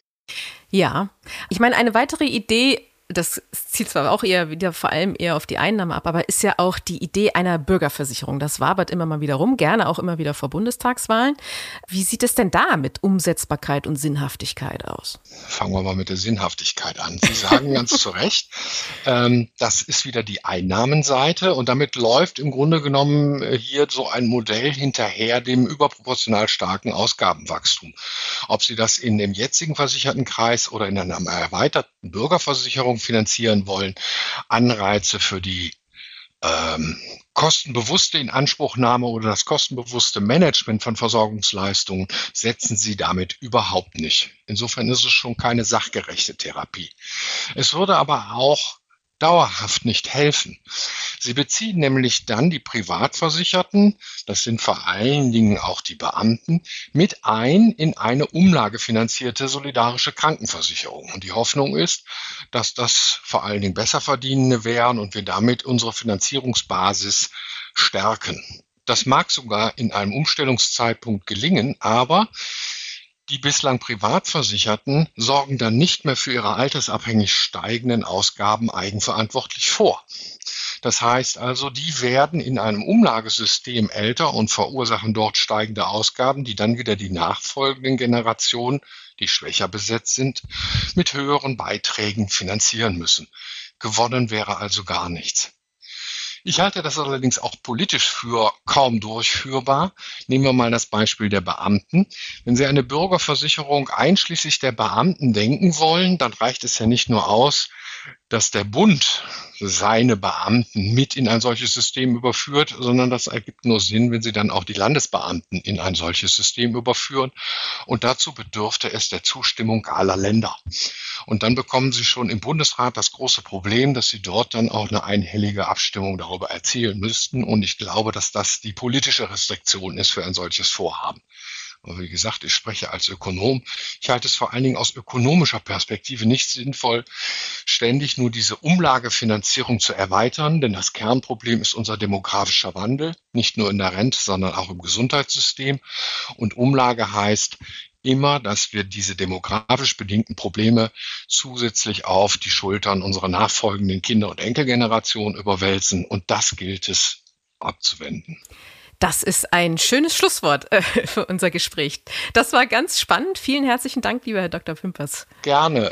S1: Ja, ich meine, eine weitere Idee, das zielt zwar auch eher wieder vor allem eher auf die Einnahmen ab, aber ist ja auch die Idee einer Bürgerversicherung. Das wabert immer mal wieder rum, gerne auch immer wieder vor Bundestagswahlen. Wie sieht es denn da mit Umsetzbarkeit und Sinnhaftigkeit aus?
S6: Fangen wir mal mit der Sinnhaftigkeit an. Sie sagen ganz zu Recht, ähm, das ist wieder die Einnahmenseite und damit läuft im Grunde genommen hier so ein Modell hinterher dem überproportional starken Ausgabenwachstum. Ob Sie das in dem jetzigen Versichertenkreis oder in einer erweiterten Bürgerversicherung finanzieren wollen, Anreize für die ähm, kostenbewusste Inanspruchnahme oder das kostenbewusste Management von Versorgungsleistungen setzen Sie damit überhaupt nicht. Insofern ist es schon keine sachgerechte Therapie. Es würde aber auch dauerhaft nicht helfen. Sie beziehen nämlich dann die Privatversicherten, das sind vor allen Dingen auch die Beamten, mit ein in eine umlagefinanzierte solidarische Krankenversicherung. Und die Hoffnung ist, dass das vor allen Dingen Besserverdienende wären und wir damit unsere Finanzierungsbasis stärken. Das mag sogar in einem Umstellungszeitpunkt gelingen, aber die bislang Privatversicherten sorgen dann nicht mehr für ihre altersabhängig steigenden Ausgaben eigenverantwortlich vor. Das heißt also, die werden in einem Umlagesystem älter und verursachen dort steigende Ausgaben, die dann wieder die nachfolgenden Generationen, die schwächer besetzt sind, mit höheren Beiträgen finanzieren müssen. Gewonnen wäre also gar nichts. Ich halte das allerdings auch politisch für kaum durchführbar. Nehmen wir mal das Beispiel der Beamten. Wenn Sie eine Bürgerversicherung einschließlich der Beamten denken wollen, dann reicht es ja nicht nur aus, dass der Bund seine Beamten mit in ein solches System überführt, sondern das ergibt nur Sinn, wenn Sie dann auch die Landesbeamten in ein solches System überführen. Und dazu bedürfte es der Zustimmung aller Länder. Und dann bekommen Sie schon im Bundesrat das große Problem, dass Sie dort dann auch eine einhellige Abstimmung darüber erzielen müssten. Und ich glaube, dass das die politische Restriktion ist für ein solches Vorhaben. Aber wie gesagt, ich spreche als Ökonom. Ich halte es vor allen Dingen aus ökonomischer Perspektive nicht sinnvoll, ständig nur diese Umlagefinanzierung zu erweitern, denn das Kernproblem ist unser demografischer Wandel, nicht nur in der Rente, sondern auch im Gesundheitssystem. Und Umlage heißt immer, dass wir diese demografisch bedingten Probleme zusätzlich auf die Schultern unserer nachfolgenden Kinder- und Enkelgeneration überwälzen. Und das gilt es abzuwenden.
S1: Das ist ein schönes Schlusswort äh, für unser Gespräch. Das war ganz spannend. Vielen herzlichen Dank, lieber Herr Doktor Pimpers.
S6: Gerne.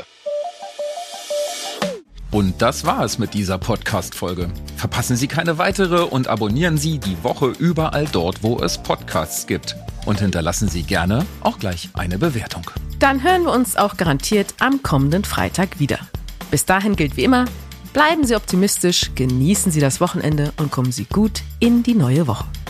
S3: Und das war es mit dieser Podcast-Folge. Verpassen Sie keine weitere und abonnieren Sie die Woche überall dort, wo es Podcasts gibt. Und hinterlassen Sie gerne auch gleich eine Bewertung.
S1: Dann hören wir uns auch garantiert am kommenden Freitag wieder. Bis dahin gilt wie immer, bleiben Sie optimistisch, genießen Sie das Wochenende und kommen Sie gut in die neue Woche.